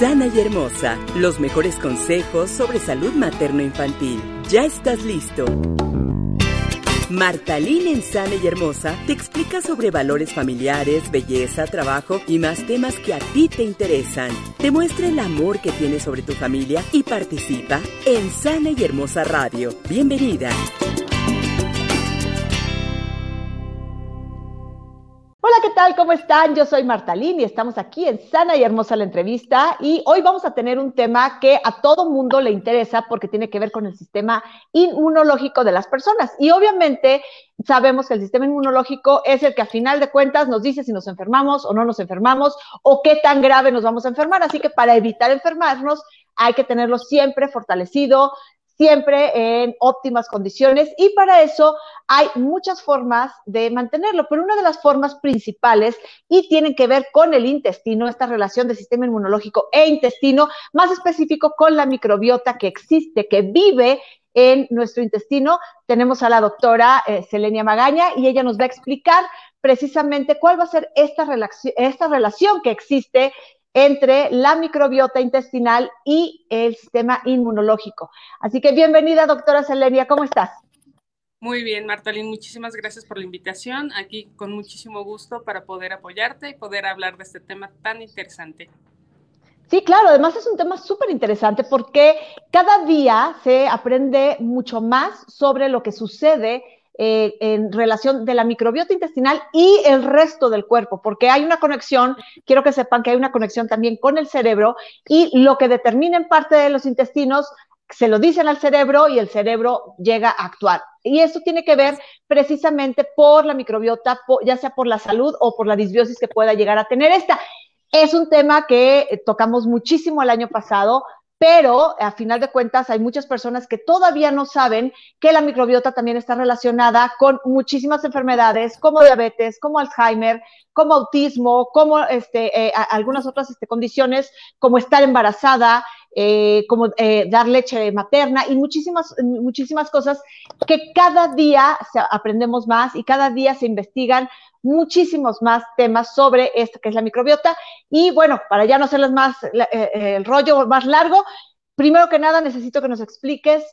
Sana y Hermosa, los mejores consejos sobre salud materno-infantil. ¿Ya estás listo? Marta Lynn en Sana y Hermosa te explica sobre valores familiares, belleza, trabajo y más temas que a ti te interesan. Te muestra el amor que tienes sobre tu familia y participa en Sana y Hermosa Radio. Bienvenida. Hola, ¿qué tal? ¿Cómo están? Yo soy Marta Lynn y estamos aquí en Sana y Hermosa la entrevista, y hoy vamos a tener un tema que a todo mundo le interesa porque tiene que ver con el sistema inmunológico de las personas, y obviamente sabemos que el sistema inmunológico es el que a final de cuentas nos dice si nos enfermamos o no nos enfermamos o qué tan grave nos vamos a enfermar, así que para evitar enfermarnos hay que tenerlo siempre fortalecido, siempre en óptimas condiciones, y para eso hay muchas formas de mantenerlo, pero una de las formas principales, y tienen que ver con el intestino, esta relación de sistema inmunológico e intestino, más específico con la microbiota que existe, que vive en nuestro intestino. Tenemos a la doctora Selenia Magaña, y ella nos va a explicar precisamente cuál va a ser esta relación que existe entre la microbiota intestinal y el sistema inmunológico. Así que bienvenida, doctora Selenia, ¿cómo estás? Muy bien, Marta Lynn, muchísimas gracias por la invitación. Aquí con muchísimo gusto para poder apoyarte y poder hablar de este tema tan interesante. Sí, claro, además es un tema súper interesante porque cada día se aprende mucho más sobre lo que sucede en relación de la microbiota intestinal y el resto del cuerpo, porque hay una conexión, quiero que sepan que hay una conexión también con el cerebro, y lo que determina en parte de los intestinos se lo dicen al cerebro y el cerebro llega a actuar. Y esto tiene que ver precisamente por la microbiota, ya sea por la salud o por la disbiosis que pueda llegar a tener esta. Es un tema que tocamos muchísimo el año pasado, pero a final de cuentas hay muchas personas que todavía no saben que la microbiota también está relacionada con muchísimas enfermedades como diabetes, como Alzheimer, como autismo, como algunas otras condiciones, como estar embarazada, como dar leche materna y muchísimas cosas que cada día aprendemos más y cada día se investigan muchísimos más temas sobre esto que es la microbiota. Y bueno, para ya no hacerles más el rollo más largo, primero que nada necesito que nos expliques,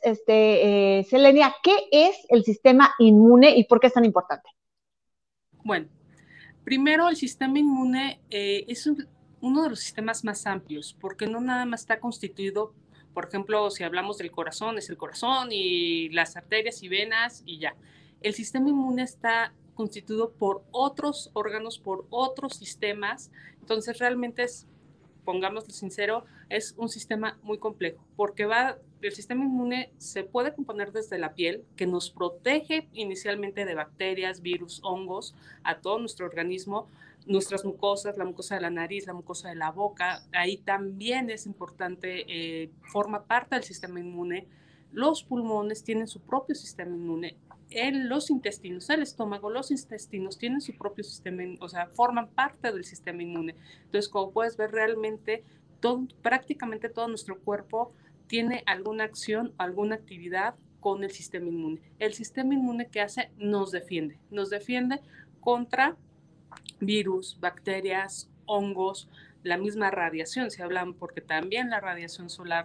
Selenia, ¿qué es el sistema inmune y por qué es tan importante? Bueno, primero el sistema inmune es uno de los sistemas más amplios, porque no nada más está constituido, por ejemplo, si hablamos del corazón, es el corazón y las arterias y venas y ya. El sistema inmune está constituido por otros órganos, por otros sistemas, entonces realmente es, pongámoslo sincero, es un sistema muy complejo, porque el sistema inmune se puede componer desde la piel, que nos protege inicialmente de bacterias, virus, hongos, a todo nuestro organismo, nuestras mucosas, la mucosa de la nariz, la mucosa de la boca, ahí también es importante, forma parte del sistema inmune. Los pulmones tienen su propio sistema inmune. Los intestinos, el estómago, los intestinos tienen su propio sistema, o sea, forman parte del sistema inmune. Entonces, como puedes ver, realmente prácticamente todo nuestro cuerpo tiene alguna acción, alguna actividad con el sistema inmune. El sistema inmune, ¿qué hace? Nos defiende contra virus, bacterias, hongos, la misma radiación, se hablan, porque también la radiación solar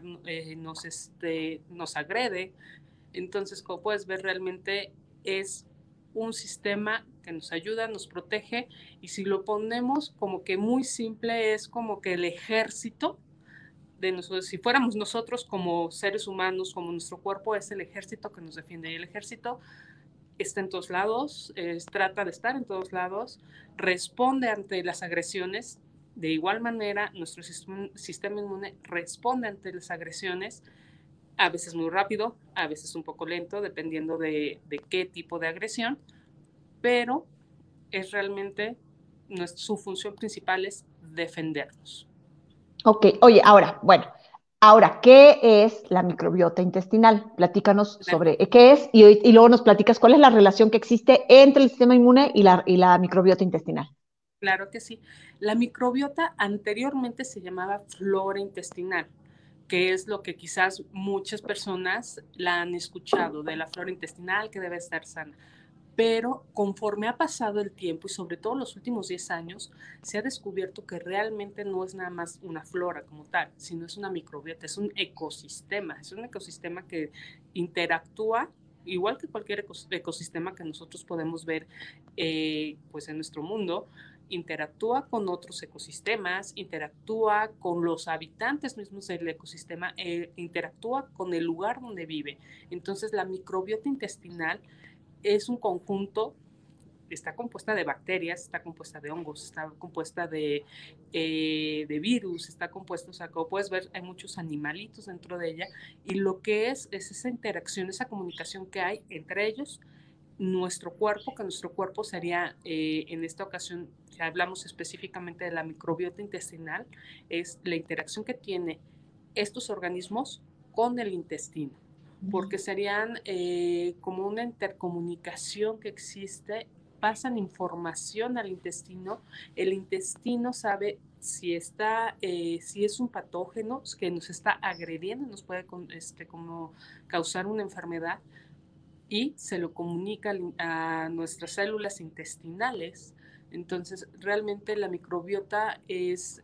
nos agrede. Entonces, como puedes ver, realmente es un sistema que nos ayuda, nos protege, y si lo ponemos como que muy simple, es como que el ejército de nosotros, si fuéramos nosotros como seres humanos, como nuestro cuerpo, es el ejército que nos defiende, y el ejército está en todos lados, trata de estar en todos lados, responde ante las agresiones. De igual manera, nuestro sistema inmune responde ante las agresiones, a veces muy rápido, a veces un poco lento, dependiendo de qué tipo de agresión, pero es realmente su función principal es defendernos. Ok, oye, ahora, ¿qué es la microbiota intestinal? Platícanos sobre qué es, y luego nos platicas cuál es la relación que existe entre el sistema inmune y la microbiota intestinal. Claro que sí. La microbiota anteriormente se llamaba flora intestinal, que es lo que quizás muchas personas la han escuchado, de la flora intestinal que debe estar sana. pero conforme ha pasado el tiempo y sobre todo los últimos 10 años, se ha descubierto que realmente no es nada más una flora como tal, sino es una microbiota, es un ecosistema que interactúa igual que cualquier ecosistema que nosotros podemos ver pues en nuestro mundo, interactúa con otros ecosistemas, interactúa con los habitantes mismos del ecosistema, interactúa con el lugar donde vive. Entonces la microbiota intestinal es un conjunto, está compuesta de bacterias, está compuesta de hongos, está compuesta de virus, está compuesta, o sea, como puedes ver, hay muchos animalitos dentro de ella, y lo que es esa interacción, esa comunicación que hay entre ellos, nuestro cuerpo, que nuestro cuerpo sería, en esta ocasión, si hablamos específicamente de la microbiota intestinal, es la interacción que tiene estos organismos con el intestino, porque serían como una intercomunicación que existe, pasan información al intestino, el intestino sabe si es un patógeno que nos está agrediendo, nos puede como causar una enfermedad, y se lo comunica a nuestras células intestinales. Entonces, realmente la microbiota es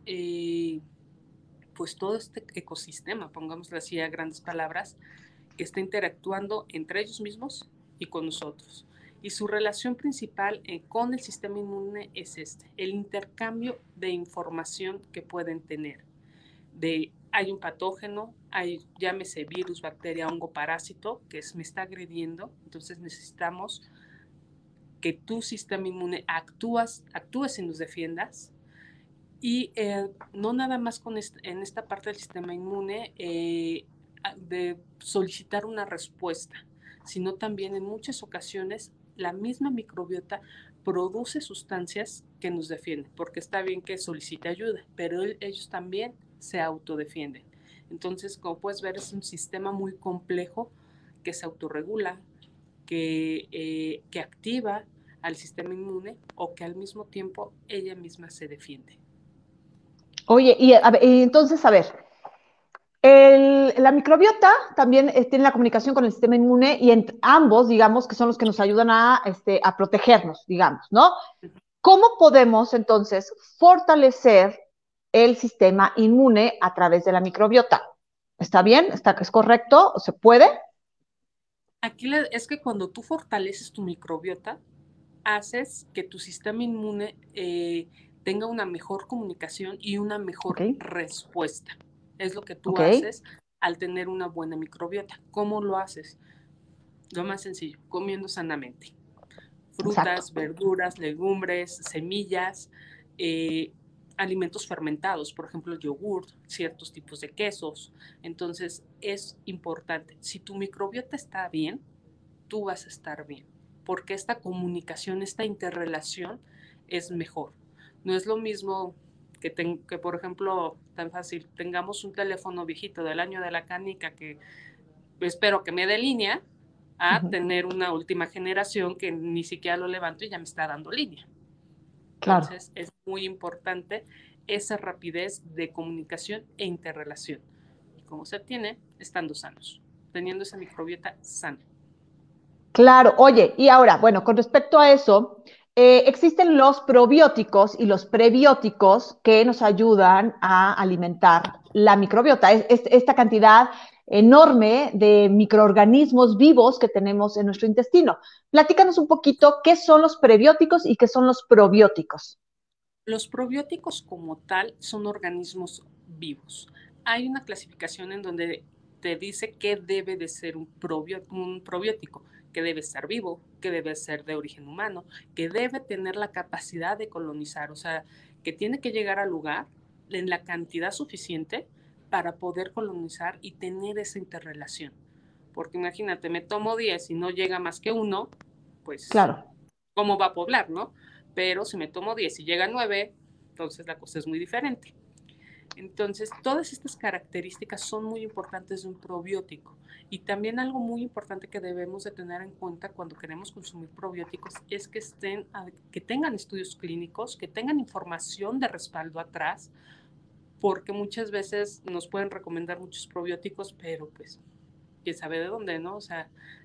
pues todo este ecosistema, pongámoslo así a grandes palabras, que está interactuando entre ellos mismos y con nosotros. Y su relación principal con el sistema inmune es el intercambio de información que pueden tener. Hay un patógeno, llámese virus, bacteria, hongo, parásito, me está agrediendo, entonces necesitamos que tu sistema inmune actúes y nos defiendas. Y no nada más en esta parte del sistema inmune de solicitar una respuesta, sino también en muchas ocasiones la misma microbiota produce sustancias que nos defienden, porque está bien que solicite ayuda, pero ellos también se autodefienden. Entonces, como puedes ver, es un sistema muy complejo que se autorregula, que activa al sistema inmune o que al mismo tiempo ella misma se defiende. Oye, y entonces, a ver, la microbiota también tiene la comunicación con el sistema inmune y ambos, digamos, que son los que nos ayudan a protegernos, digamos, ¿no? ¿Cómo podemos entonces fortalecer el sistema inmune a través de la microbiota? ¿Está bien? ¿Es correcto? ¿Se puede? Aquí es que cuando tú fortaleces tu microbiota, haces que tu sistema inmune tenga una mejor comunicación y una mejor respuesta. Es lo que tú haces al tener una buena microbiota. ¿Cómo lo haces? Lo más sencillo, comiendo sanamente. Frutas, verduras, legumbres, semillas, alimentos fermentados, por ejemplo, yogur, ciertos tipos de quesos. Entonces, es importante. Si tu microbiota está bien, tú vas a estar bien, porque esta comunicación, esta interrelación es mejor. No es lo mismo que por ejemplo, tan fácil, tengamos un teléfono viejito del año de la canica que espero que me dé línea, a tener una última generación que ni siquiera lo levanto y ya me está dando línea. Claro. Entonces, es muy importante esa rapidez de comunicación e interrelación. ¿Y cómo se obtiene? Estando sanos, teniendo esa microbiota sana. Claro, oye, y ahora, bueno, con respecto a eso, existen los probióticos y los prebióticos que nos ayudan a alimentar la microbiota, esta cantidad enorme de microorganismos vivos que tenemos en nuestro intestino. Platícanos un poquito qué son los prebióticos y qué son los probióticos. Los probióticos como tal son organismos vivos. Hay una clasificación en donde te dice qué debe de ser un probiótico, que debe estar vivo, que debe ser de origen humano, que debe tener la capacidad de colonizar, o sea, que tiene que llegar al lugar en la cantidad suficiente para poder colonizar y tener esa interrelación. Porque imagínate, me tomo 10 y no llega más que uno, pues, claro, ¿cómo va a poblar, no? Pero si me tomo 10 y llega a 9, entonces la cosa es muy diferente. Entonces, todas estas características son muy importantes de un probiótico. Y también algo muy importante que debemos de tener en cuenta cuando queremos consumir probióticos es que tengan estudios clínicos, que tengan información de respaldo atrás, porque muchas veces nos pueden recomendar muchos probióticos, pero pues, quién sabe de dónde, ¿no? O sea,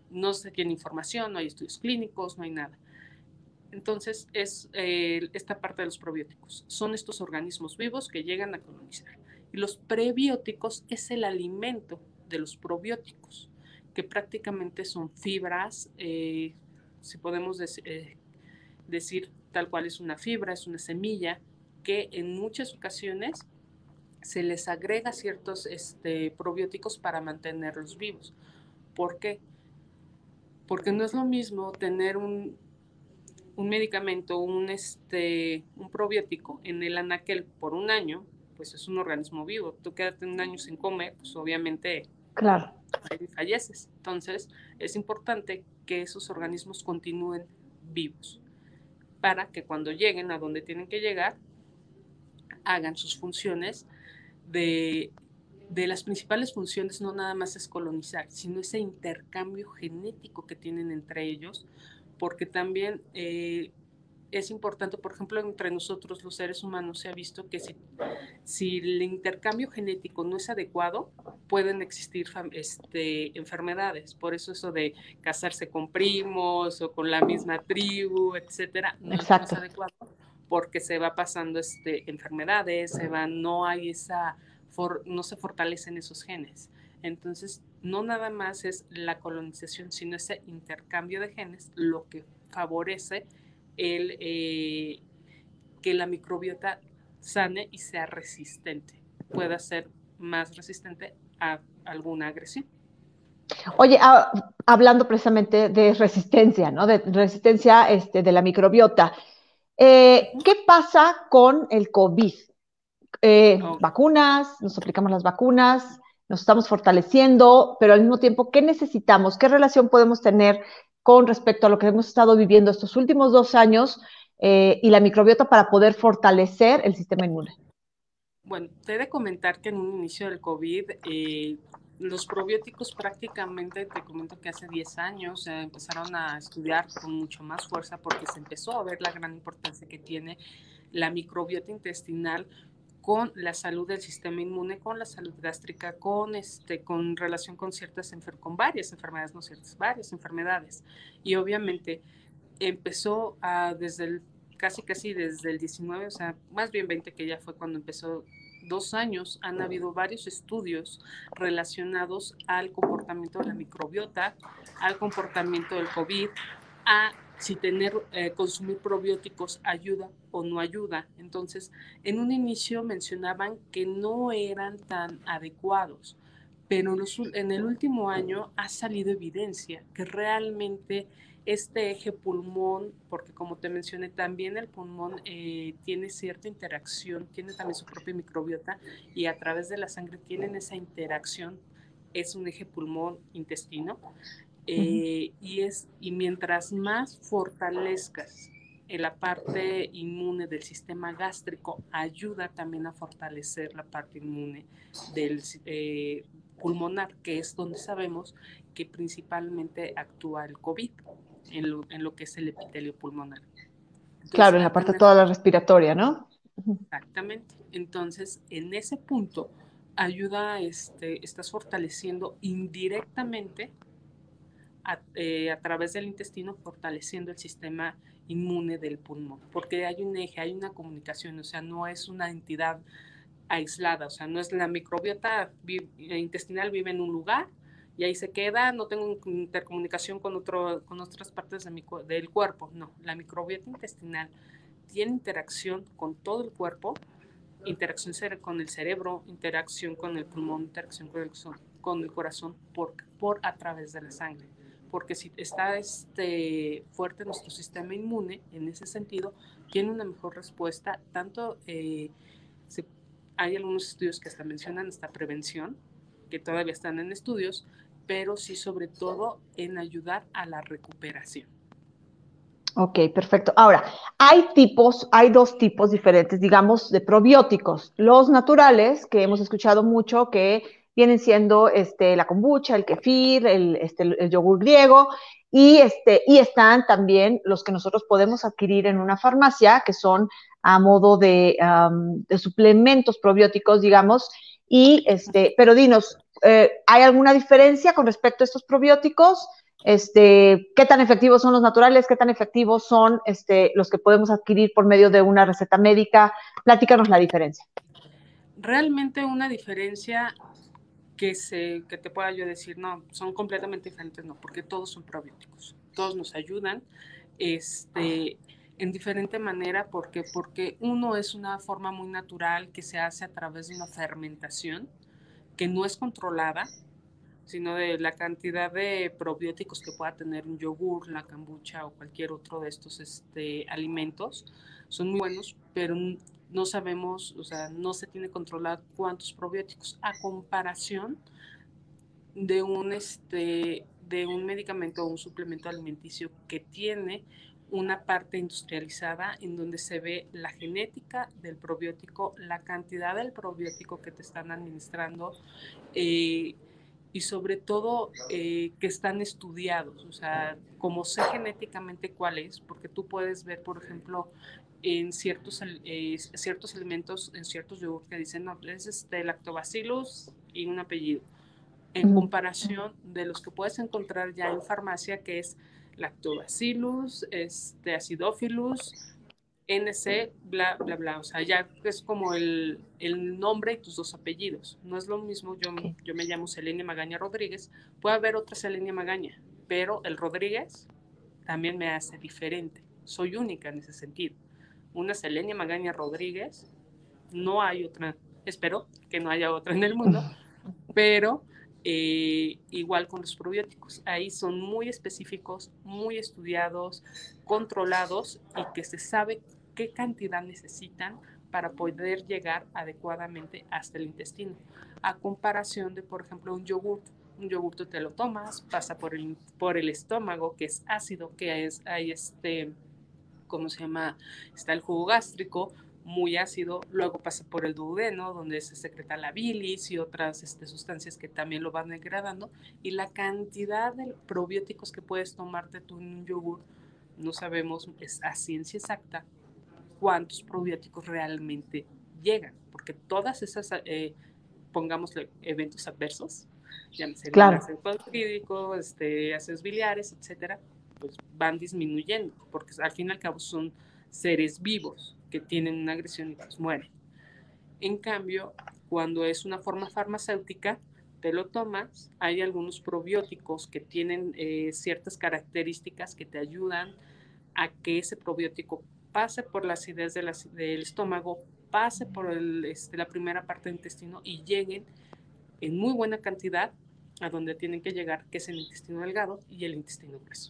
no se tiene información, no hay estudios clínicos, no hay nada. Entonces, es esta parte de los probióticos. Son estos organismos vivos que llegan a colonizar. Y los prebióticos es el alimento de los probióticos, que prácticamente son fibras, si podemos decir tal cual es una fibra, es una semilla, que en muchas ocasiones se les agrega ciertos probióticos para mantenerlos vivos. ¿Por qué? Porque no es lo mismo tener un medicamento, un probiótico en el anaquel por un año, pues es un organismo vivo. Tú quédate un año sin comer, pues obviamente claro, falleces. Entonces, es importante que esos organismos continúen vivos para que cuando lleguen a donde tienen que llegar, hagan sus funciones de las principales funciones. No nada más es colonizar, sino ese intercambio genético que tienen entre ellos, porque también es importante, por ejemplo, entre nosotros los seres humanos se ha visto que si el intercambio genético no es adecuado, pueden existir enfermedades. Por eso de casarse con primos o con la misma tribu, etcétera, no es adecuado, porque se va pasando enfermedades, no se fortalecen esos genes. Entonces, no nada más es la colonización, sino ese intercambio de genes lo que favorece que la microbiota sane y sea resistente, pueda ser más resistente a alguna agresión. Oye, hablando precisamente de resistencia, ¿no? De resistencia de la microbiota. ¿Qué pasa con el COVID? Vacunas, nos aplicamos las vacunas, nos estamos fortaleciendo, pero al mismo tiempo, ¿qué necesitamos? ¿Qué relación podemos tener con respecto a lo que hemos estado viviendo estos últimos 2 años y la microbiota para poder fortalecer el sistema inmune? Bueno, te he de comentar que en un inicio del COVID, los probióticos prácticamente, te comento que hace 10 años empezaron a estudiar con mucho más fuerza porque se empezó a ver la gran importancia que tiene la microbiota intestinal con la salud del sistema inmune, con la salud gástrica, con relación con con varias enfermedades, no ciertas, varias enfermedades. Y obviamente empezó casi desde el 19, o sea, más bien 20, que ya fue cuando empezó, 2 años, han habido varios estudios relacionados al comportamiento de la microbiota, al comportamiento del COVID, a si consumir probióticos ayuda o no ayuda. Entonces, en un inicio mencionaban que no eran tan adecuados, pero en el último año ha salido evidencia que realmente este eje pulmón, porque como te mencioné, también el pulmón tiene cierta interacción, tiene también su propia microbiota y a través de la sangre tienen esa interacción, es un eje pulmón-intestino. Y mientras más fortalezcas en la parte inmune del sistema gástrico, ayuda también a fortalecer la parte inmune del pulmonar, que es donde sabemos que principalmente actúa el COVID, en lo que es el epitelio pulmonar. Entonces, claro, en la parte toda la respiratoria, ¿no? Exactamente. Entonces, en ese punto, ayuda, estás fortaleciendo indirectamente a través del intestino, fortaleciendo el sistema inmune del pulmón, porque hay un eje, hay una comunicación, o sea, no es una entidad aislada, o sea, no es la microbiota intestinal vive en un lugar y ahí se queda, no tengo intercomunicación con otras partes del cuerpo, no, la microbiota intestinal tiene interacción con todo el cuerpo, interacción con el cerebro, interacción con el pulmón, interacción con el corazón por a través de la sangre. Porque si está fuerte nuestro sistema inmune, en ese sentido, tiene una mejor respuesta. Tanto hay algunos estudios que hasta mencionan esta prevención, que todavía están en estudios, pero sí sobre todo en ayudar a la recuperación. Ok, perfecto. Ahora, hay 2 tipos diferentes, digamos, de probióticos. Los naturales, que hemos escuchado mucho, que vienen siendo la kombucha, el kefir, el yogur griego, y están también los que nosotros podemos adquirir en una farmacia, que son a modo de suplementos probióticos, digamos, pero dinos, ¿hay alguna diferencia con respecto a estos probióticos? qué tan efectivos son los naturales, qué tan efectivos son los que podemos adquirir por medio de una receta médica. Platícanos la diferencia. Realmente una diferencia que te pueda yo decir, no, son completamente diferentes, no, porque todos son probióticos, todos nos ayudan en diferente manera, porque uno es una forma muy natural que se hace a través de una fermentación que no es controlada, sino de la cantidad de probióticos que pueda tener un yogur, la kombucha o cualquier otro de estos alimentos. Son muy buenos, pero no sabemos, o sea, no se tiene controlado cuántos probióticos, a comparación de un medicamento o un suplemento alimenticio que tiene una parte industrializada en donde se ve la genética del probiótico, la cantidad del probiótico que te están administrando, y sobre todo que están estudiados, o sea, como sé genéticamente cuál es, porque tú puedes ver, por ejemplo, en ciertos alimentos, en ciertos yogur que dicen, no, es lactobacillus y un apellido, en comparación de los que puedes encontrar ya en farmacia, que es lactobacillus, acidophilus, NC, bla, bla, bla. O sea, ya es como el nombre y tus dos apellidos. No es lo mismo, yo me llamo Selenia Magaña Rodríguez, puede haber otra Selenia Magaña, pero el Rodríguez también me hace diferente. Soy única en ese sentido. Una Selenia Magaña Rodríguez, no hay otra, espero que no haya otra en el mundo, pero igual con los probióticos. Ahí son muy específicos, muy estudiados, controlados y que se sabe qué cantidad necesitan para poder llegar adecuadamente hasta el intestino. A comparación de, por ejemplo, un yogur. Un yogur tú te lo tomas, pasa por el estómago, que es ácido, que hay ¿cómo se llama? Está el jugo gástrico, muy ácido, luego pasa por el duodeno, donde se secreta la bilis y otras sustancias que también lo van degradando, y la cantidad de probióticos que puedes tomarte tú en un yogur, no sabemos a ciencia exacta cuántos probióticos realmente llegan, porque todas esas, pongámosle, eventos adversos, llámese claro, ácido clorhídrico, ácidos biliares, etcétera, pues van disminuyendo, porque al fin y al cabo son seres vivos que tienen una agresión y pues mueren. En cambio, cuando es una forma farmacéutica, te lo tomas, hay algunos probióticos que tienen ciertas características que te ayudan a que ese probiótico pase por la acidez del estómago, pase por la primera parte del intestino y lleguen en muy buena cantidad a donde tienen que llegar, que es el intestino delgado y el intestino grueso.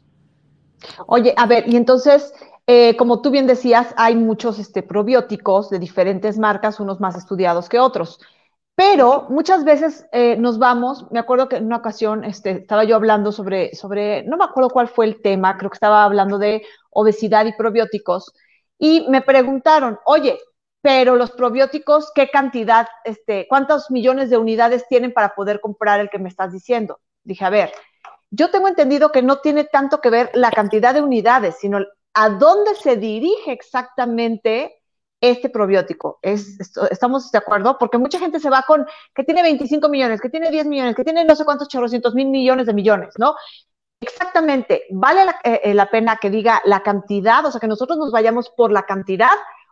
Oye, a ver, y entonces, como tú bien decías, hay muchos probióticos de diferentes marcas, unos más estudiados que otros. Pero muchas veces nos vamos, me acuerdo que en una ocasión estaba yo hablando sobre, no me acuerdo cuál fue el tema, creo que estaba hablando de obesidad y probióticos, y me preguntaron, oye, pero los probióticos, ¿qué cantidad, cuántos millones de unidades tienen para poder comprar el que me estás diciendo? Dije, a ver, yo tengo entendido que no tiene tanto que ver la cantidad de unidades, sino a dónde se dirige exactamente este probiótico. ¿Estamos de acuerdo? Porque mucha gente se va con que tiene 25 millones, que tiene 10 millones, que tiene no sé cuántos chorrocientos mil millones de millones, ¿no? Exactamente, ¿vale la pena que diga la cantidad, o sea, que nosotros nos vayamos por la cantidad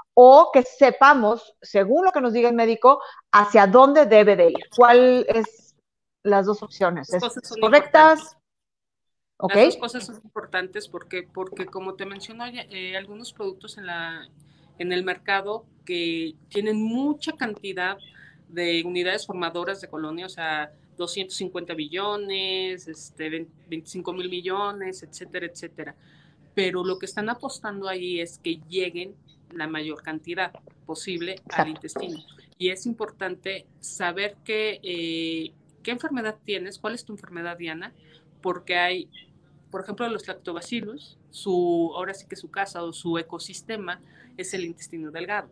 o que sepamos, según lo que nos diga el médico, hacia dónde debe de ir? ¿Cuál es las dos opciones? Las cosas son ¿Correctas? importantes. ¿Ok? Las dos cosas son importantes porque como te menciono, algunos productos en el mercado que tienen mucha cantidad de unidades formadoras de colonia, o sea, 250 billones, 25 mil millones, etcétera, etcétera. Pero lo que están apostando ahí es que lleguen la mayor cantidad posible al intestino. Y es importante saber qué enfermedad tienes, cuál es tu enfermedad, Diana, porque hay, por ejemplo, los lactobacillus, ahora sí que su casa o su ecosistema es el intestino delgado.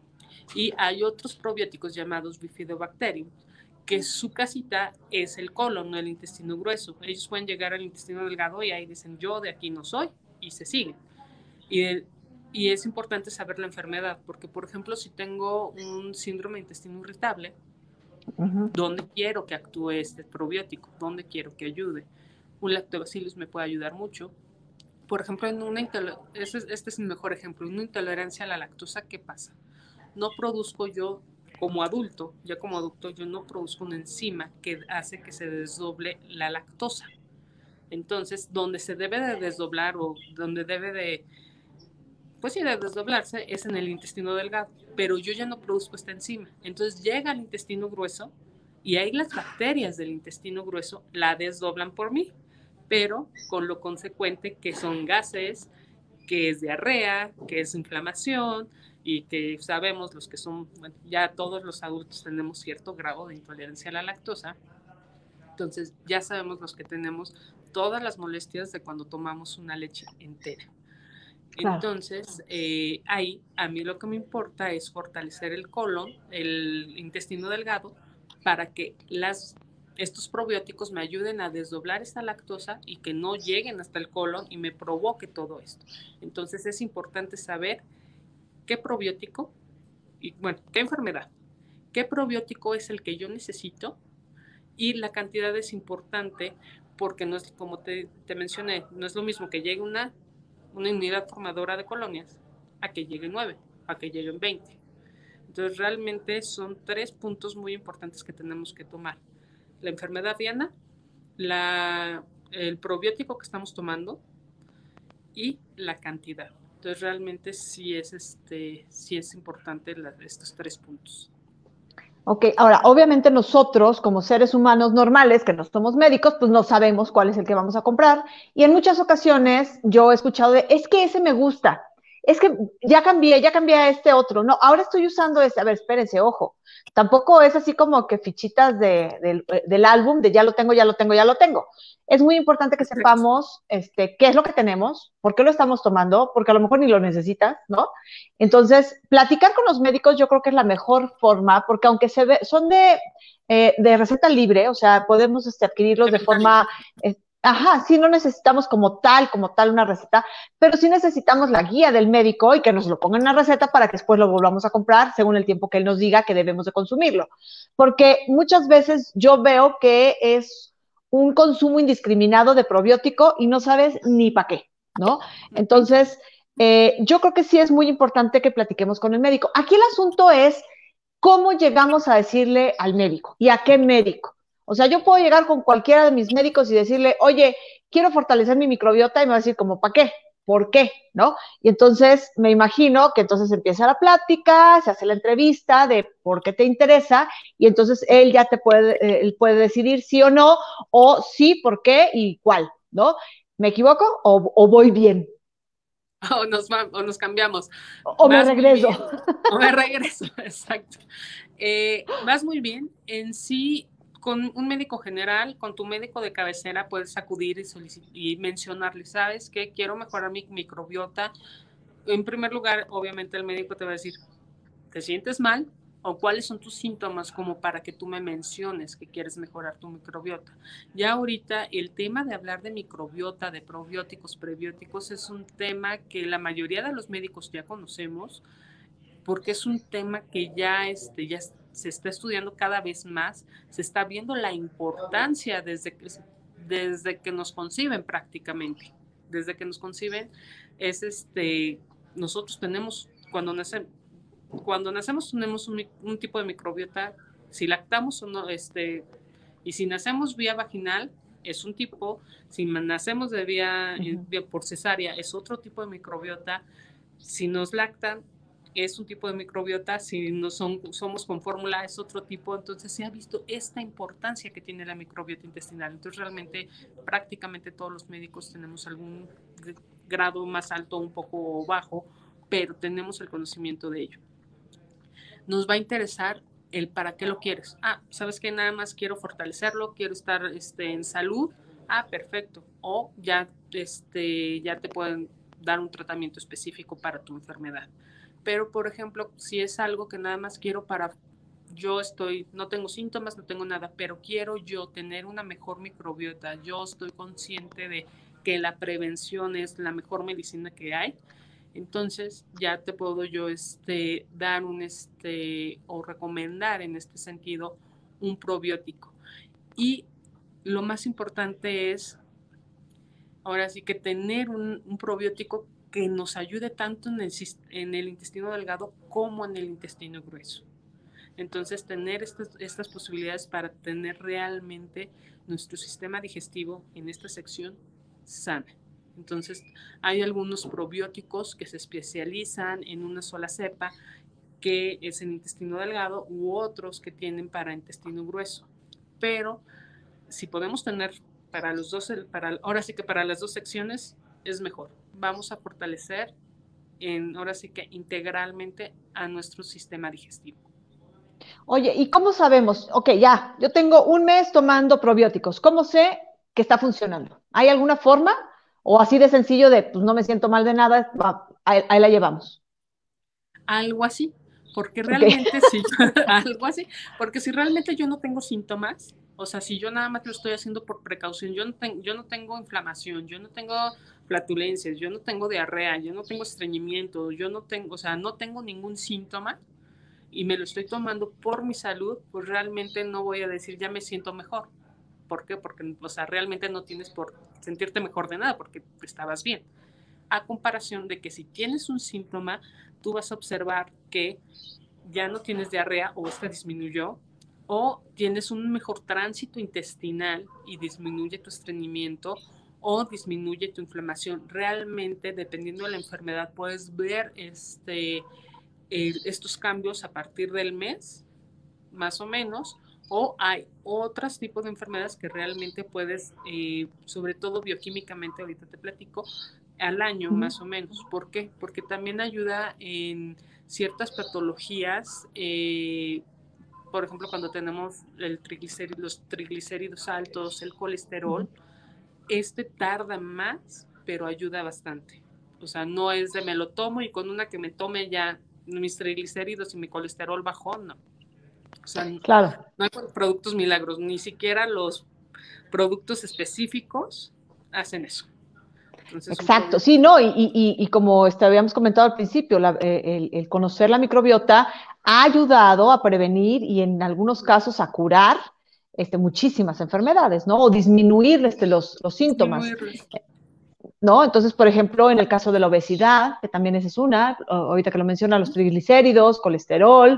Y hay otros probióticos llamados bifidobacterium, que su casita es el colon, no el intestino grueso. Ellos pueden llegar al intestino delgado y ahí dicen, yo de aquí no soy, y se siguen. Y es importante saber la enfermedad, porque, por ejemplo, si tengo un síndrome de intestino irritable, ¿dónde quiero que actúe este probiótico? ¿Dónde quiero que ayude? un lactobacillus me puede ayudar mucho. Por ejemplo, este es el mejor ejemplo, una intolerancia a la lactosa, ¿qué pasa? No produzco yo como adulto, ya como adulto, yo no produzco una enzima que hace que se desdoble la lactosa. Entonces, donde se debe de desdoblar o donde debe de, pues sí, de desdoblarse es en el intestino delgado, pero yo ya no produzco esta enzima. Entonces llega al intestino grueso y ahí las bacterias del intestino grueso la desdoblan por mí, pero con lo consecuente que son gases, que es diarrea, que es inflamación y que sabemos los que son, bueno, ya todos los adultos tenemos cierto grado de intolerancia a la lactosa, entonces ya sabemos los que tenemos todas las molestias de cuando tomamos una leche entera. Claro. Entonces, ahí a mí lo que me importa es fortalecer el colon, el intestino delgado, para que estos probióticos me ayuden a desdoblar esta lactosa y que no lleguen hasta el colon y me provoque todo esto. Entonces, es importante saber qué probiótico y, bueno, qué enfermedad, qué probiótico es el que yo necesito y la cantidad es importante porque no es, como te mencioné, no es lo mismo que llegue una unidad formadora de colonias a que lleguen 9, a que lleguen 20. Entonces realmente son 3 puntos muy importantes que tenemos que tomar. La enfermedad diana, el probiótico que estamos tomando y la cantidad. Entonces realmente sí es importante estos 3 puntos. Ok, ahora, obviamente nosotros, como seres humanos normales, que no somos médicos, pues no sabemos cuál es el que vamos a comprar. Y en muchas ocasiones yo he escuchado es que ese me gusta, es que ya cambié a este otro. No, ahora estoy usando ese. A ver, espérense, ojo. Tampoco es así como que fichitas del álbum de ya lo tengo, ya lo tengo, ya lo tengo. Es muy importante que sepamos qué es lo que tenemos, por qué lo estamos tomando, porque a lo mejor ni lo necesitas, ¿no? Entonces, platicar con los médicos yo creo que es la mejor forma, porque aunque son de receta libre, o sea, podemos adquirirlos de forma, sí, no necesitamos como tal una receta, pero sí necesitamos la guía del médico y que nos lo ponga en la receta para que después lo volvamos a comprar según el tiempo que él nos diga que debemos de consumirlo. Porque muchas veces yo veo que es un consumo indiscriminado de probiótico y no sabes ni para qué, ¿no? Entonces, yo creo que sí es muy importante que platiquemos con el médico. Aquí el asunto es cómo llegamos a decirle al médico y a qué médico. O sea, yo puedo llegar con cualquiera de mis médicos y decirle, oye, quiero fortalecer mi microbiota y me va a decir como, ¿para qué? ¿Por qué? ¿No? Y entonces me imagino que entonces empieza la plática, se hace la entrevista de por qué te interesa y entonces él ya él puede decidir sí o no, o sí, por qué y cuál, ¿no? ¿Me equivoco o voy bien? O nos cambiamos. O me Vas muy regreso. bien. O me regreso, exacto. Vas muy bien. En sí, con un médico general, con tu médico de cabecera, puedes acudir y mencionarle, ¿sabes qué? Quiero mejorar mi microbiota. En primer lugar, obviamente el médico te va a decir, ¿te sientes mal? ¿O cuáles son tus síntomas como para que tú me menciones que quieres mejorar tu microbiota? Ya ahorita el tema de hablar de microbiota, de probióticos, prebióticos, es un tema que la mayoría de los médicos ya conocemos, porque es un tema que ya se está estudiando cada vez más, se está viendo la importancia desde que nos conciben prácticamente. Desde que nos conciben nosotros tenemos, cuando nacemos tenemos un tipo de microbiota, si lactamos o no, y si nacemos vía vaginal es un tipo, si nacemos de vía por cesárea es otro tipo de microbiota, si nos lactan es un tipo de microbiota, si no somos con fórmula es otro tipo, entonces se ha visto esta importancia que tiene la microbiota intestinal, entonces realmente prácticamente todos los médicos tenemos algún grado más alto, un poco bajo, pero tenemos el conocimiento de ello. Nos va a interesar el para qué lo quieres. ¿Sabes qué? Nada más quiero fortalecerlo, quiero estar en salud. Perfecto. O ya te pueden dar un tratamiento específico para tu enfermedad. Pero, por ejemplo, si es algo que nada más quiero no tengo síntomas, no tengo nada, pero quiero yo tener una mejor microbiota, yo estoy consciente de que la prevención es la mejor medicina que hay, entonces ya te puedo yo dar o recomendar en este sentido un probiótico. Y lo más importante es ahora sí que tener un probiótico que nos ayude tanto en el intestino delgado como en el intestino grueso. Entonces, tener estas posibilidades para tener realmente nuestro sistema digestivo en esta sección sano. Entonces, hay algunos probióticos que se especializan en una sola cepa, que es en intestino delgado, u otros que tienen para intestino grueso. Pero si podemos tener para los dos, ahora sí que para las dos secciones es mejor. Vamos a fortalecer ahora sí que integralmente a nuestro sistema digestivo. Oye, ¿y cómo sabemos? Ok, ya, yo tengo un mes tomando probióticos. ¿Cómo sé que está funcionando? ¿Hay alguna forma? ¿O así de sencillo de, pues no me siento mal de nada, ahí la llevamos? Algo así, porque Ok. realmente sí, algo así, porque si realmente yo no tengo síntomas, o sea, si yo nada más lo estoy haciendo por precaución, yo no tengo inflamación, yo no tengo flatulencias, yo no tengo diarrea, yo no tengo estreñimiento, yo no tengo, o sea, no tengo ningún síntoma y me lo estoy tomando por mi salud, pues realmente no voy a decir ya me siento mejor. ¿Por qué? Porque, o sea, realmente no tienes por sentirte mejor de nada, porque estabas bien. A comparación de que si tienes un síntoma, tú vas a observar que ya no tienes diarrea o esta disminuyó, o tienes un mejor tránsito intestinal y disminuye tu estreñimiento o disminuye tu inflamación. Realmente, dependiendo de la enfermedad, puedes ver estos cambios a partir del mes, más o menos, o hay otros tipos de enfermedades que realmente puedes, sobre todo bioquímicamente, ahorita te platico, al año más o menos. ¿Por qué? Porque también ayuda en ciertas patologías, por ejemplo, cuando tenemos los triglicéridos altos, el colesterol, tarda más, pero ayuda bastante. O sea, no es de me lo tomo y con una que me tome ya mis triglicéridos y mi colesterol bajó, no. O sea, Claro. no hay productos milagros, ni siquiera los productos específicos hacen eso. Entonces, Exacto, sí, no, y como habíamos comentado al principio, el conocer la microbiota ha ayudado a prevenir y en algunos casos a curar muchísimas enfermedades, ¿no? O disminuir los síntomas, disminuirlos. ¿no? Entonces, por ejemplo, en el caso de la obesidad, que también esa es una, ahorita que lo menciona, los triglicéridos, colesterol,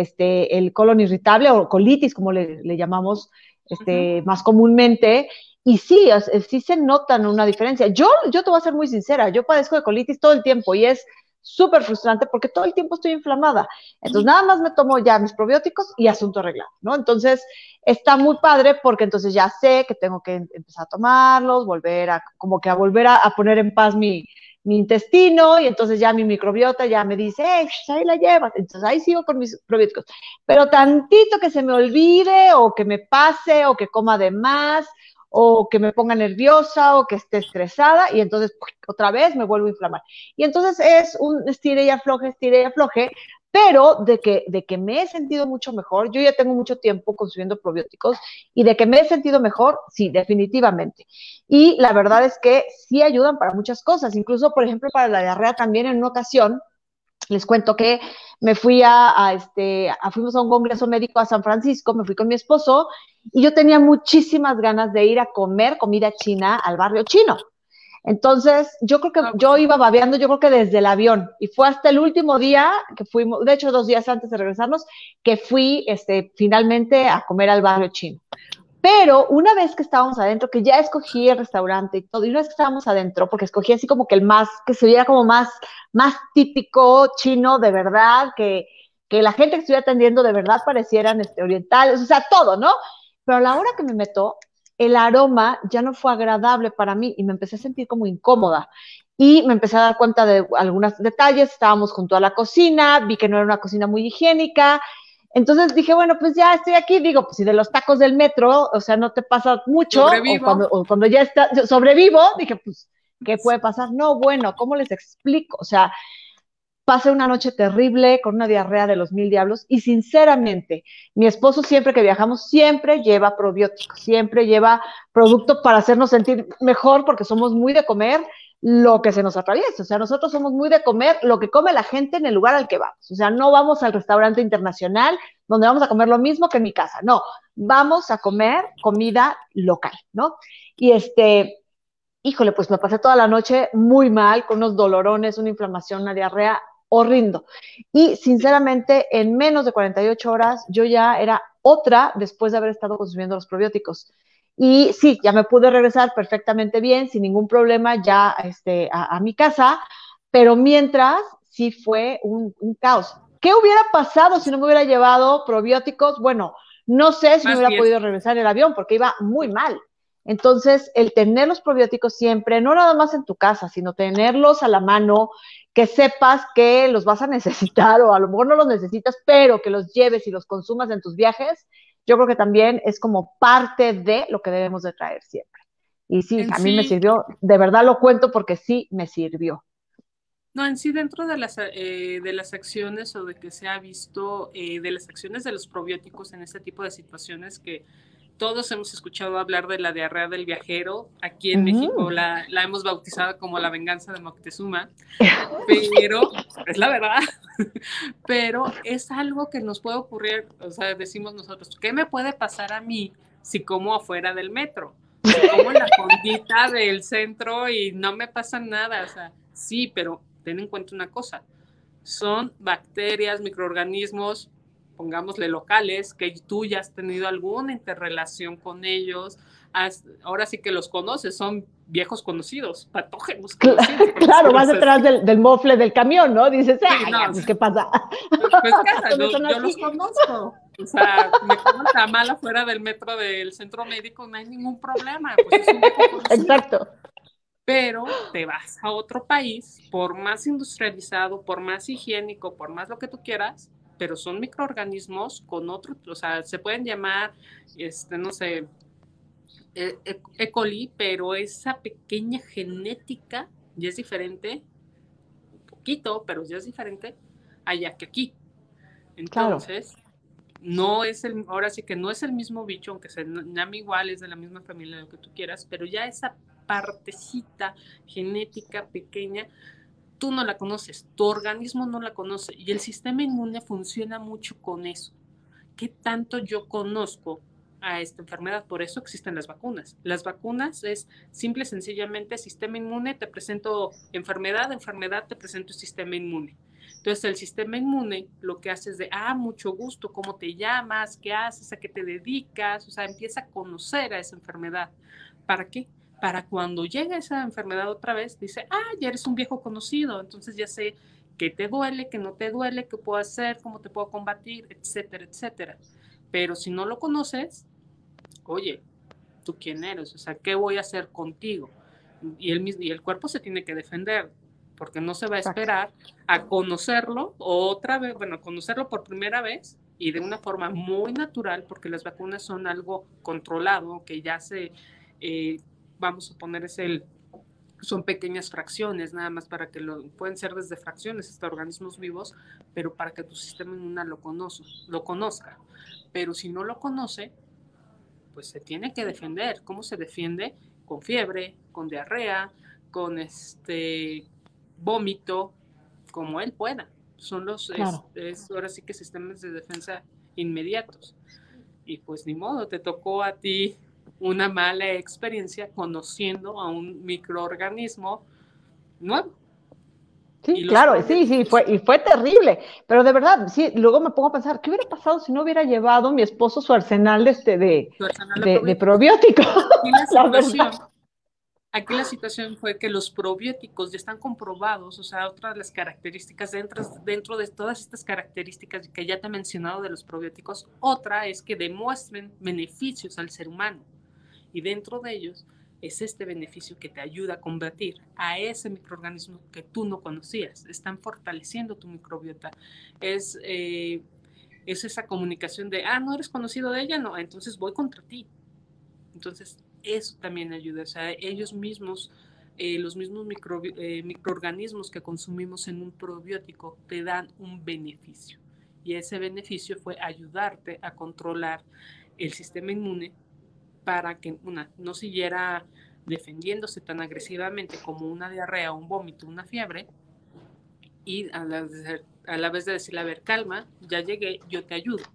el colon irritable o colitis, como le llamamos más comúnmente, y sí, sí se notan una diferencia. Yo te voy a ser muy sincera, yo padezco de colitis todo el tiempo y es súper frustrante porque todo el tiempo estoy inflamada. Entonces, nada más me tomo ya mis probióticos y asunto arreglado, ¿no? Entonces, está muy padre porque entonces ya sé que tengo que empezar a tomarlos, como que a volver a poner en paz mi intestino y entonces ya mi microbiota ya me dice, ahí la llevas. Entonces ahí sigo con mis probióticos. Pero tantito que se me olvide o que me pase o que coma de más o que me ponga nerviosa o que esté estresada y entonces otra vez me vuelvo a inflamar. Y entonces es un estire y afloje, pero de que me he sentido mucho mejor, yo ya tengo mucho tiempo consumiendo probióticos y de que me he sentido mejor, sí, definitivamente. Y la verdad es que sí ayudan para muchas cosas, incluso, por ejemplo, para la diarrea también en una ocasión, les cuento que me fui fuimos a un congreso médico a San Francisco, me fui con mi esposo y yo tenía muchísimas ganas de ir a comer comida china al barrio chino. Entonces, yo creo que yo iba babeando, yo creo que desde el avión, y fue hasta el último día que fuimos, de hecho 2 días antes de regresarnos, que fui finalmente a comer al barrio chino. Pero una vez que estábamos adentro, que ya escogí el restaurante y todo, y una vez que estábamos adentro, porque escogí así como que el más, que se viera como más típico chino de verdad, que la gente que estuviera atendiendo de verdad parecieran orientales, o sea, todo, ¿no? Pero a la hora que me meto, el aroma ya no fue agradable para mí y me empecé a sentir como incómoda. Y me empecé a dar cuenta de algunos detalles, estábamos junto a la cocina, vi que no era una cocina muy higiénica, entonces dije, bueno, pues ya estoy aquí, digo, pues si de los tacos del metro, o sea, no te pasa mucho, Sobrevivo. o cuando ya sobrevivo, dije, pues, ¿qué puede pasar? No, bueno, ¿cómo les explico? O sea, pasé una noche terrible con una diarrea de los mil diablos y sinceramente, mi esposo siempre que viajamos, siempre lleva probióticos, siempre lleva productos para hacernos sentir mejor porque somos muy de comer lo que se nos atraviesa. O sea, nosotros somos muy de comer lo que come la gente en el lugar al que vamos. O sea, no vamos al restaurante internacional donde vamos a comer lo mismo que en mi casa. No, vamos a comer comida local, ¿no? Y híjole, pues me pasé toda la noche muy mal, con unos dolorones, una inflamación, una diarrea horriendo. Y sinceramente, en menos de 48 horas, yo ya era otra después de haber estado consumiendo los probióticos. Y sí, ya me pude regresar perfectamente bien, sin ningún problema, ya a mi casa, pero mientras sí fue un caos. ¿Qué hubiera pasado si no me hubiera llevado probióticos? Bueno, no sé si me Más hubiera bien, podido regresar en el avión porque iba muy mal. Entonces, el tener los probióticos siempre, no nada más en tu casa, sino tenerlos a la mano, que sepas que los vas a necesitar o a lo mejor no los necesitas, pero que los lleves y los consumas en tus viajes, yo creo que también es como parte de lo que debemos de traer siempre. Y sí, en a mí me sí, sirvió, de verdad lo cuento porque sí me sirvió. no, en sí dentro de las acciones o de que se ha visto de las acciones de los probióticos en este tipo de situaciones que todos hemos escuchado hablar de la diarrea del viajero, aquí en México Ujú. la hemos bautizado como la venganza de Moctezuma, pero es la verdad, pero es algo que nos puede ocurrir, o sea, decimos nosotros, ¿qué me puede pasar a mí si como afuera del metro? Si como en la fondita del centro y no me pasa nada, o sea, sí, pero ten en cuenta una cosa, son bacterias, microorganismos, pongámosle locales, que tú ya has tenido alguna interrelación con ellos, ahora sí que los conoces, son viejos conocidos, patógenos conocidos, por Claro, decirlo vas detrás así. del mofle del camión, ¿no? Dices, Sí, ay, no, pues, ¿qué pasa? pues casa, Todos son yo los así. conozco. O sea, me como el tamal afuera del metro del centro médico, no hay ningún problema, pues es un viejo conocido. Exacto. Pero te vas a otro país, por más industrializado, por más higiénico, por más lo que tú quieras, pero son microorganismos con otro, o sea, se pueden llamar, no sé, E. coli, pero esa pequeña genética ya es diferente, un poquito, pero ya es diferente allá que aquí. Claro, Entonces, no es ahora sí que no es el mismo bicho, aunque se llame igual, es de la misma familia, lo que tú quieras, pero ya esa partecita genética pequeña, tú no la conoces, tu organismo no la conoce y el sistema inmune funciona mucho con eso. ¿Qué tanto yo conozco a esta enfermedad? Por eso existen las vacunas. Las vacunas es simple y sencillamente sistema inmune, te presento enfermedad, enfermedad, te presento sistema inmune. Entonces el sistema inmune lo que hace es de, mucho gusto, cómo te llamas, qué haces, a qué te dedicas, o sea, empieza a conocer a esa enfermedad. ¿Para qué? Para cuando llegue esa enfermedad otra vez, dice, ya eres un viejo conocido, entonces ya sé qué te duele, qué no te duele, qué puedo hacer, cómo te puedo combatir, etcétera, etcétera. Pero si no lo conoces, oye, ¿tú quién eres? O sea, ¿qué voy a hacer contigo? Y el cuerpo se tiene que defender, porque no se va a exacto. esperar a conocerlo otra vez, bueno, conocerlo por primera vez y de una forma muy natural, porque las vacunas son algo controlado, que ya eh, vamos a poner, son pequeñas fracciones, nada más para que pueden ser desde fracciones hasta organismos vivos, pero para que tu sistema inmune lo conozca. Pero si no lo conoce, pues se tiene que defender. ¿Cómo se defiende? Con fiebre, con diarrea, con vómito, como él pueda. Son Claro. ahora sí que sistemas de defensa inmediatos. Y pues ni modo, te tocó a ti una mala experiencia conociendo a un microorganismo nuevo. Y Sí, los claro, sí, sí, probióticos, y fue terrible, pero de verdad, sí, luego me pongo a pensar, ¿qué hubiera pasado si no hubiera llevado mi esposo su arsenal su arsenal de de probióticos. probióticos? Aquí la La verdad. situación Aquí la situación fue que los probióticos ya están comprobados, o sea, otra de las características dentro de todas estas características que ya te he mencionado de los probióticos, otra es que demuestren beneficios al ser humano. Y dentro de ellos es este beneficio que te ayuda a combatir a ese microorganismo que tú no conocías. Están fortaleciendo tu microbiota. Es, eh, es esa comunicación de, no eres conocido de ella, no, entonces voy contra ti. Entonces, eso también ayuda. O sea, ellos mismos, los mismos microorganismos que consumimos en un probiótico te dan un beneficio. Y ese beneficio fue ayudarte a controlar el sistema inmune para que no siguiera defendiéndose tan agresivamente como una diarrea, un vómito, una fiebre, y a la vez de decirle, a ver, calma, ya llegué, yo te ayudo.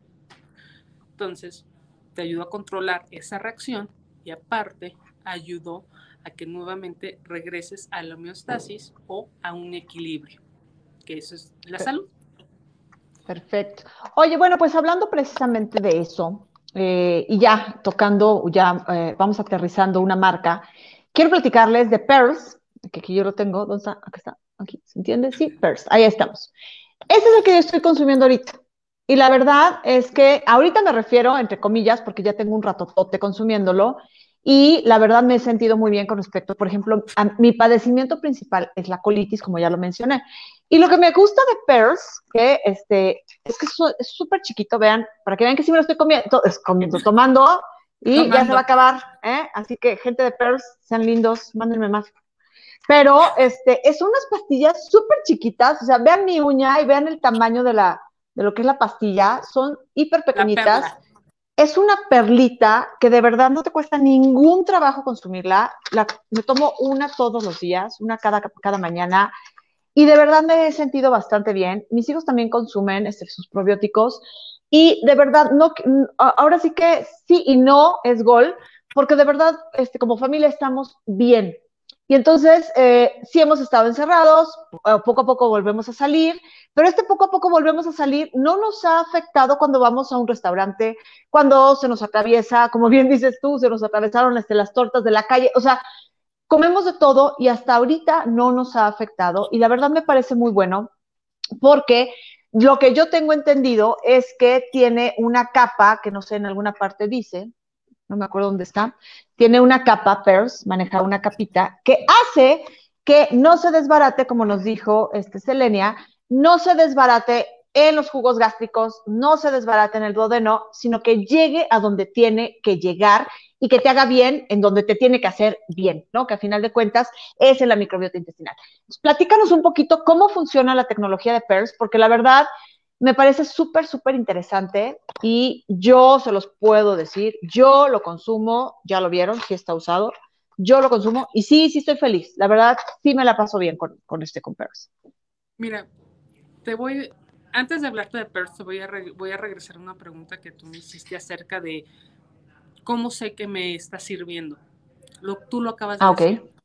Entonces, te ayudó a controlar esa reacción y aparte ayudó a que nuevamente regreses a la homeostasis o a un equilibrio, que eso es la salud. Perfecto. Oye, bueno, pues hablando precisamente de eso, y ya tocando, vamos aterrizando una marca, quiero platicarles de Pearls, que aquí yo lo tengo, ¿dónde está? Acá está, aquí, ¿se entiende? Sí, Pearls, ahí estamos. Ese es el que yo estoy consumiendo ahorita. Y la verdad es que ahorita me refiero, entre comillas, porque ya tengo un ratotote consumiéndolo, y la verdad me he sentido muy bien con respecto, por ejemplo, a mi padecimiento principal es la colitis, como ya lo mencioné. Y lo que me gusta de Pearls, que es que es súper chiquito, vean, para que vean que sí me lo estoy tomando, y ya se va a acabar, ¿eh? Así que, gente de Pearls, sean lindos, mándenme más. Pero es unas pastillas súper chiquitas, o sea, vean mi uña y vean el tamaño de lo que es la pastilla, son hiper pequeñitas. Es una perlita que de verdad no te cuesta ningún trabajo consumirla. Me tomo una todos los días, una cada mañana, y de verdad me he sentido bastante bien. Mis hijos también consumen sus probióticos, y de verdad, no, ahora sí que sí y no es gol, porque de verdad, como familia estamos bien. Y entonces, sí hemos estado encerrados, poco a poco volvemos a salir, pero poco a poco volvemos a salir no nos ha afectado cuando vamos a un restaurante, cuando se nos atraviesa, como bien dices tú, se nos atravesaron las tortas de la calle, o sea, comemos de todo y hasta ahorita no nos ha afectado, y la verdad me parece muy bueno porque lo que yo tengo entendido es que tiene una capa, que no sé, en alguna parte dice, no me acuerdo dónde está, tiene una capa, Pearls, maneja una capita, que hace que no se desbarate, como nos dijo Selenia, no se desbarate en los jugos gástricos, no se desbarate en el duodeno, sino que llegue a donde tiene que llegar y que te haga bien en donde te tiene que hacer bien, ¿no? Que a final de cuentas es en la microbiota intestinal. Entonces, platícanos un poquito cómo funciona la tecnología de Pearls, porque la verdad me parece súper, súper interesante, y yo se los puedo decir, yo lo consumo, ya lo vieron, sí está usado, yo lo consumo y sí, sí estoy feliz. La verdad, sí me la paso bien con Pearls. Mira, antes de hablarte de Pearls, voy a regresar a una pregunta que tú me hiciste acerca de cómo sé que me está sirviendo. Tú lo acabas de decir. Ok.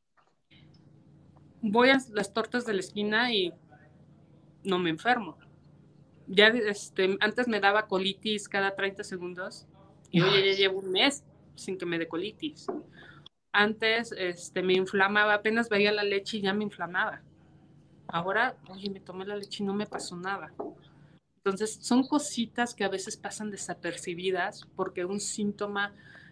Voy a las tortas de la esquina y no me enfermo. Ya antes me daba colitis cada 30 segundos y hoy ya llevo un mes sin que me dé colitis. Antes me inflamaba, apenas veía la leche y ya me inflamaba. Ahora, oye, me tomé la leche y no me pasó nada. Entonces, son cositas que a veces pasan desapercibidas porque un síntoma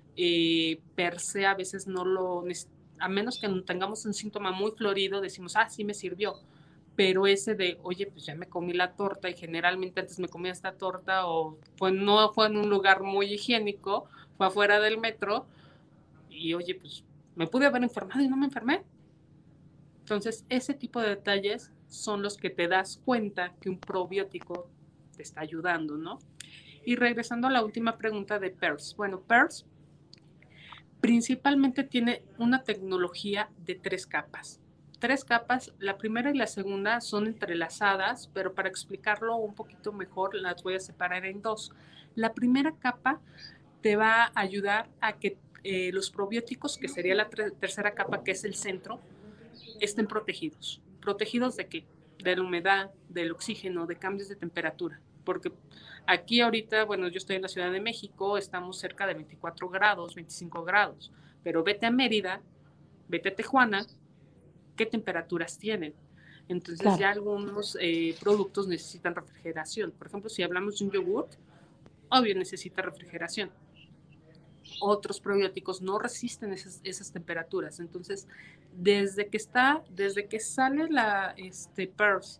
per se a veces no lo, a menos que tengamos un síntoma muy florido, decimos, sí me sirvió. Pero ese de, oye, pues ya me comí la torta y generalmente antes me comía esta torta o no fue en un lugar muy higiénico, fue afuera del metro y oye, pues me pude haber enfermado y no me enfermé. Entonces, ese tipo de detalles son los que te das cuenta que un probiótico te está ayudando, ¿no? Y regresando a la última pregunta de Pearls. Bueno, Pearls principalmente tiene una tecnología de 3 capas. 3 capas, la primera y la segunda son entrelazadas, pero para explicarlo un poquito mejor las voy a separar en 2. La primera capa te va a ayudar a que los probióticos, que sería la tercera capa, que es el centro, estén protegidos. ¿Protegidos de qué? De la humedad, del oxígeno, de cambios de temperatura. Porque aquí ahorita, bueno, yo estoy en la Ciudad de México, estamos cerca de 24 grados, 25 grados, pero vete a Mérida, vete a Tijuana, ¿qué temperaturas tienen? Entonces claro, ya algunos productos necesitan refrigeración. Por ejemplo, si hablamos de un yogurt, obvio necesita refrigeración. Otros probióticos no resisten esas temperaturas. Entonces, desde que sale la Pearls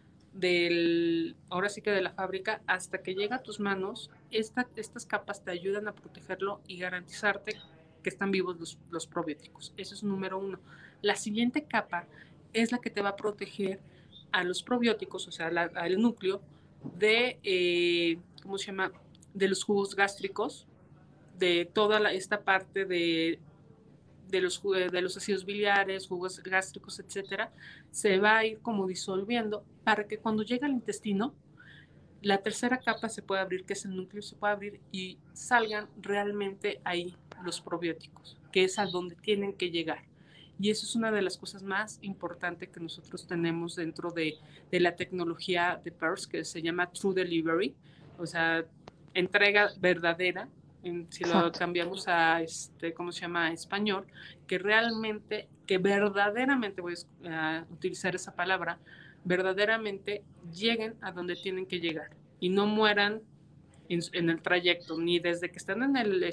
ahora sí que de la fábrica, hasta que llega a tus manos, estas capas te ayudan a protegerlo y garantizarte que están vivos los probióticos. Eso es número 1. La siguiente capa es la que te va a proteger a los probióticos, o sea, al núcleo ¿cómo se llama? De los jugos gástricos, de toda esta parte de los ácidos biliares, jugos gástricos, etcétera, se va a ir como disolviendo para que cuando llegue al intestino La tercera capa se puede abrir, que es el núcleo, se puede abrir y salgan realmente ahí los probióticos, que es a donde tienen que llegar. Y eso es una de las cosas más importantes que nosotros tenemos dentro de la tecnología de PERS, que se llama True Delivery, o sea, entrega verdadera, si lo cambiamos a, ¿cómo se llama?, español, que realmente, que verdaderamente, voy a utilizar esa palabra, verdaderamente lleguen a donde tienen que llegar y no mueran en el trayecto, ni desde que están en el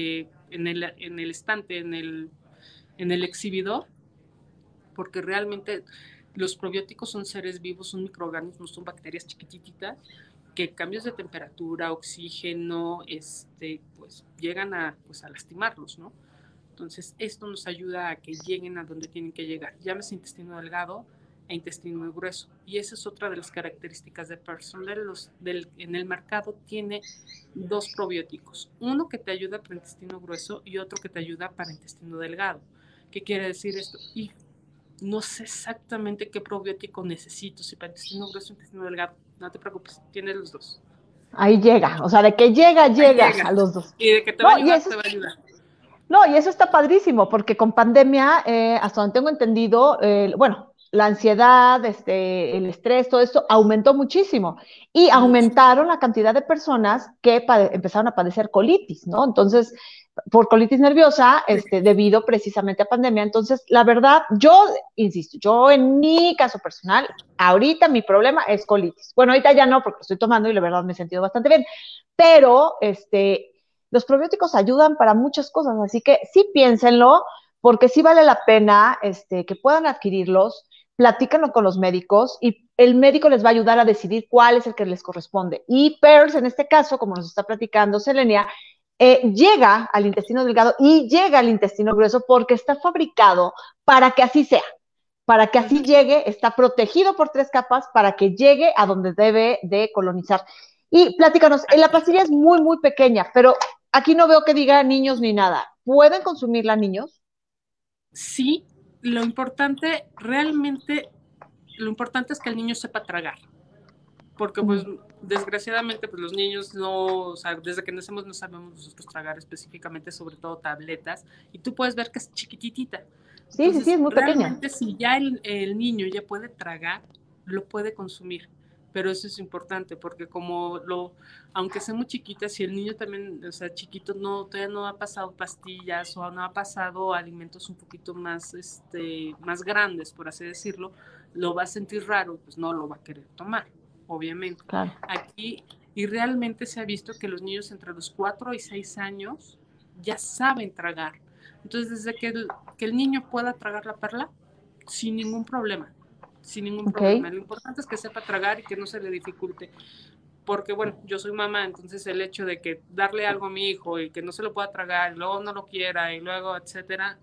estante, en el exhibidor, porque realmente los probióticos son seres vivos, son microorganismos, son bacterias chiquititas que cambios de temperatura, oxígeno, pues llegan a lastimarlos, ¿no? Entonces, esto nos ayuda a que lleguen a donde tienen que llegar. Llámese intestino delgado e intestino grueso. Y esa es otra de las características de Personal. En el mercado tiene 2 probióticos. Uno que te ayuda para intestino grueso y otro que te ayuda para intestino delgado. ¿Qué quiere decir esto? Y no sé exactamente qué probiótico necesito, si para intestino grueso o intestino delgado. No te preocupes, tienes los 2. Ahí llega, o sea, de que llega a los 2. Y de que te va a ayudar, te va a ayudar. No, y eso está padrísimo, porque con pandemia, hasta donde tengo entendido, bueno, la ansiedad, el estrés, todo esto aumentó muchísimo y aumentaron la cantidad de personas que empezaron a padecer colitis, ¿no? Entonces, por colitis nerviosa, debido precisamente a pandemia. Entonces, la verdad, yo insisto, yo en mi caso personal, ahorita mi problema es colitis. Bueno, ahorita ya no, porque lo estoy tomando y la verdad me he sentido bastante bien, pero, los probióticos ayudan para muchas cosas, así que sí piénsenlo, porque sí vale la pena que puedan adquirirlos, platícanlo con los médicos y el médico les va a ayudar a decidir cuál es el que les corresponde. Y PERS, en este caso, como nos está platicando Selenia, llega al intestino delgado y llega al intestino grueso porque está fabricado para que así sea, para que así llegue, está protegido por 3 capas para que llegue a donde debe de colonizar. Y platícanos, la pastilla es muy, muy pequeña, pero aquí no veo que diga niños ni nada. ¿Pueden consumirla niños? Sí, lo importante es que el niño sepa tragar. Porque, pues, desgraciadamente, pues los niños no, o sea, desde que nacemos no sabemos nosotros tragar específicamente, sobre todo tabletas, y tú puedes ver que es chiquititita. Entonces, sí, es muy pequeña. Realmente, si ya el niño ya puede tragar, lo puede consumir. Pero eso es importante, porque aunque sea muy chiquita, si el niño también, o sea, chiquito, todavía no ha pasado pastillas o no ha pasado alimentos un poquito más, más grandes, por así decirlo, lo va a sentir raro, pues no lo va a querer tomar, obviamente. Claro. Aquí, y realmente se ha visto que los niños entre los 4 y 6 años ya saben tragar. Entonces, desde que el niño pueda tragar la perla, sin ningún problema. Sin ningún problema. Lo importante es que sepa tragar y que no se le dificulte. Porque, bueno, yo soy mamá, entonces el hecho de que darle algo a mi hijo y que no se lo pueda tragar, y luego no lo quiera, y luego, etcétera,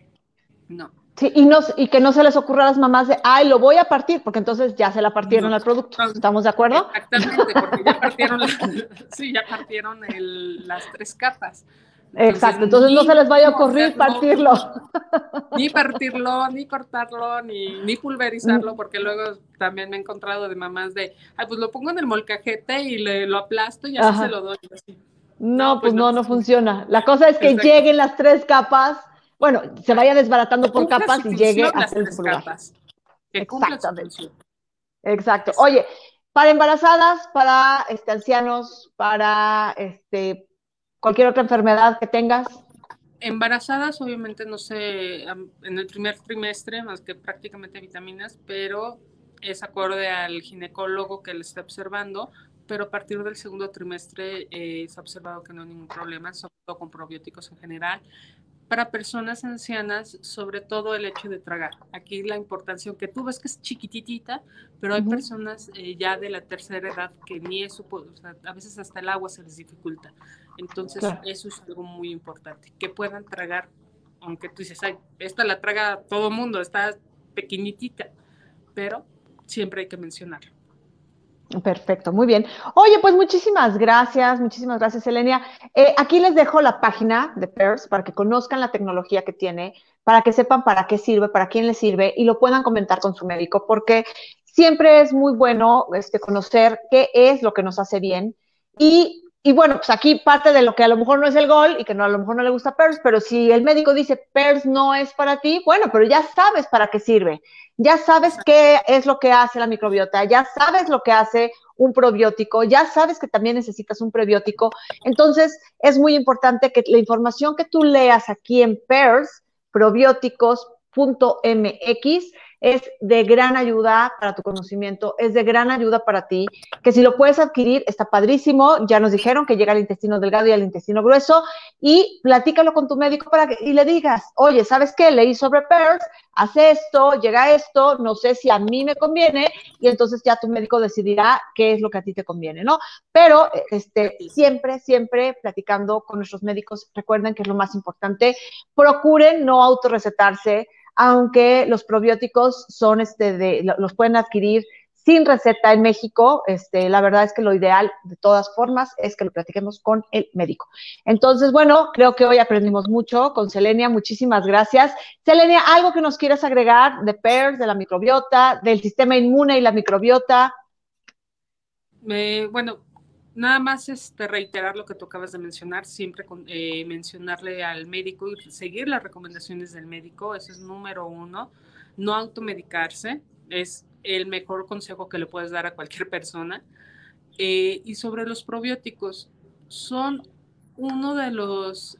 no. Sí, y que no se les ocurra a las mamás de, ay, lo voy a partir, porque entonces ya se la partieron al producto. ¿Estamos de acuerdo? Exactamente, porque ya partieron, ya partieron las 3 capas. Entonces, exacto, entonces no se les vaya a ocurrir partirlo. Ni partirlo, ni cortarlo, ni pulverizarlo, porque luego también me he encontrado de mamás de, ay, pues lo pongo en el molcajete y lo aplasto y así se lo doy. Así. No, pues no funciona. La cosa es que lleguen las 3 capas, bueno, se vaya desbaratando por capas y llegue hasta el lugar. Que cumpla su función. Exacto. Oye, para embarazadas, para ancianos, para cualquier otra enfermedad que tengas. Embarazadas, obviamente, no sé, en el primer trimestre, más que prácticamente vitaminas, pero es acorde al ginecólogo que le está observando, pero a partir del segundo trimestre se ha observado que no hay ningún problema, sobre todo con probióticos en general. Para personas ancianas, sobre todo el hecho de tragar. Aquí la importancia, que tú ves que es chiquititita, pero hay personas ya de la tercera edad que ni eso, o sea, a veces hasta el agua se les dificulta. Entonces, eso es algo muy importante, que puedan tragar, aunque tú dices, ay, esta la traga todo mundo, está pequeñitita, pero siempre hay que mencionarlo. Perfecto, muy bien. Oye, pues muchísimas gracias, Selenia. Aquí les dejo la página de PERS para que conozcan la tecnología que tiene, para que sepan para qué sirve, para quién les sirve y lo puedan comentar con su médico, porque siempre es muy bueno conocer qué es lo que nos hace bien. Y bueno, pues aquí parte de lo que a lo mejor no es el gol y que no, a lo mejor no le gusta PERS, pero si el médico dice PERS no es para ti, bueno, pero ya sabes para qué sirve, ya sabes qué es lo que hace la microbiota, ya sabes lo que hace un probiótico, ya sabes que también necesitas un prebiótico. Entonces, es muy importante que la información que tú leas aquí en PERS, probióticos.mx, es de gran ayuda para tu conocimiento, es de gran ayuda para ti, que si lo puedes adquirir está padrísimo. Ya nos dijeron que llega al intestino delgado y al intestino grueso, y platícalo con tu médico y le digas, oye, ¿sabes qué? Leí sobre PERS, hace esto, llega esto, no sé si a mí me conviene, y entonces ya tu médico decidirá qué es lo que a ti te conviene, ¿no? Pero siempre platicando con nuestros médicos. Recuerden que es lo más importante. Procuren no autorrecetarse, aunque los probióticos son los pueden adquirir sin receta en México. La verdad es que lo ideal, de todas formas, es que lo platiquemos con el médico. Entonces, bueno, creo que hoy aprendimos mucho con Selenia. Muchísimas gracias. Selenia, ¿algo que nos quieras agregar de PERS, de la microbiota, del sistema inmune y la microbiota? Bueno, nada más reiterar lo que tú acabas de mencionar, siempre mencionarle al médico y seguir las recomendaciones del médico. Eso es número uno. No automedicarse es el mejor consejo que le puedes dar a cualquier persona. Y sobre los probióticos, son uno de los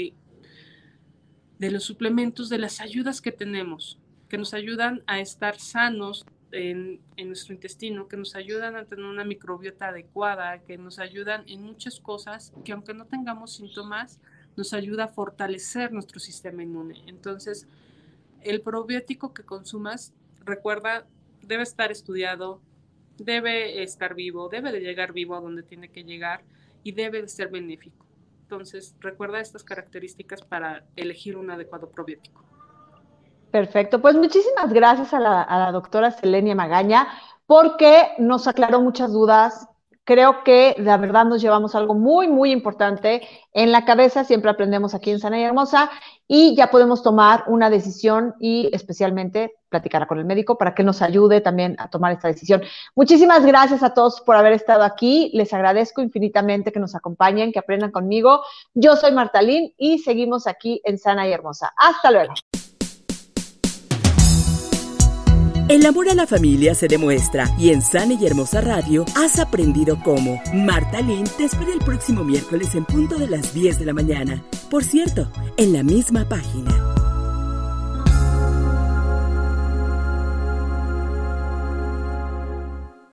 suplementos, de las ayudas que tenemos, que nos ayudan a estar sanos en nuestro intestino, que nos ayudan a tener una microbiota adecuada, que nos ayudan en muchas cosas, que aunque no tengamos síntomas, nos ayuda a fortalecer nuestro sistema inmune. Entonces, el probiótico que consumas, recuerda, debe estar estudiado, debe estar vivo, debe de llegar vivo a donde tiene que llegar y debe de ser benéfico. Entonces, recuerda estas características para elegir un adecuado probiótico. Perfecto, pues muchísimas gracias a la doctora Selenia Magaña, porque nos aclaró muchas dudas. Creo que la verdad nos llevamos algo muy, muy importante en la cabeza. Siempre aprendemos aquí en Sana y Hermosa, y ya podemos tomar una decisión, y especialmente platicar con el médico para que nos ayude también a tomar esta decisión. Muchísimas gracias a todos por haber estado aquí. Les agradezco infinitamente que nos acompañen, que aprendan conmigo. Yo soy Martalín y seguimos aquí en Sana y Hermosa. Hasta luego. El amor a la familia se demuestra, y en Sana y Hermosa Radio has aprendido cómo. Martalín te espera el próximo miércoles en punto de las 10 de la mañana. Por cierto, en la misma página.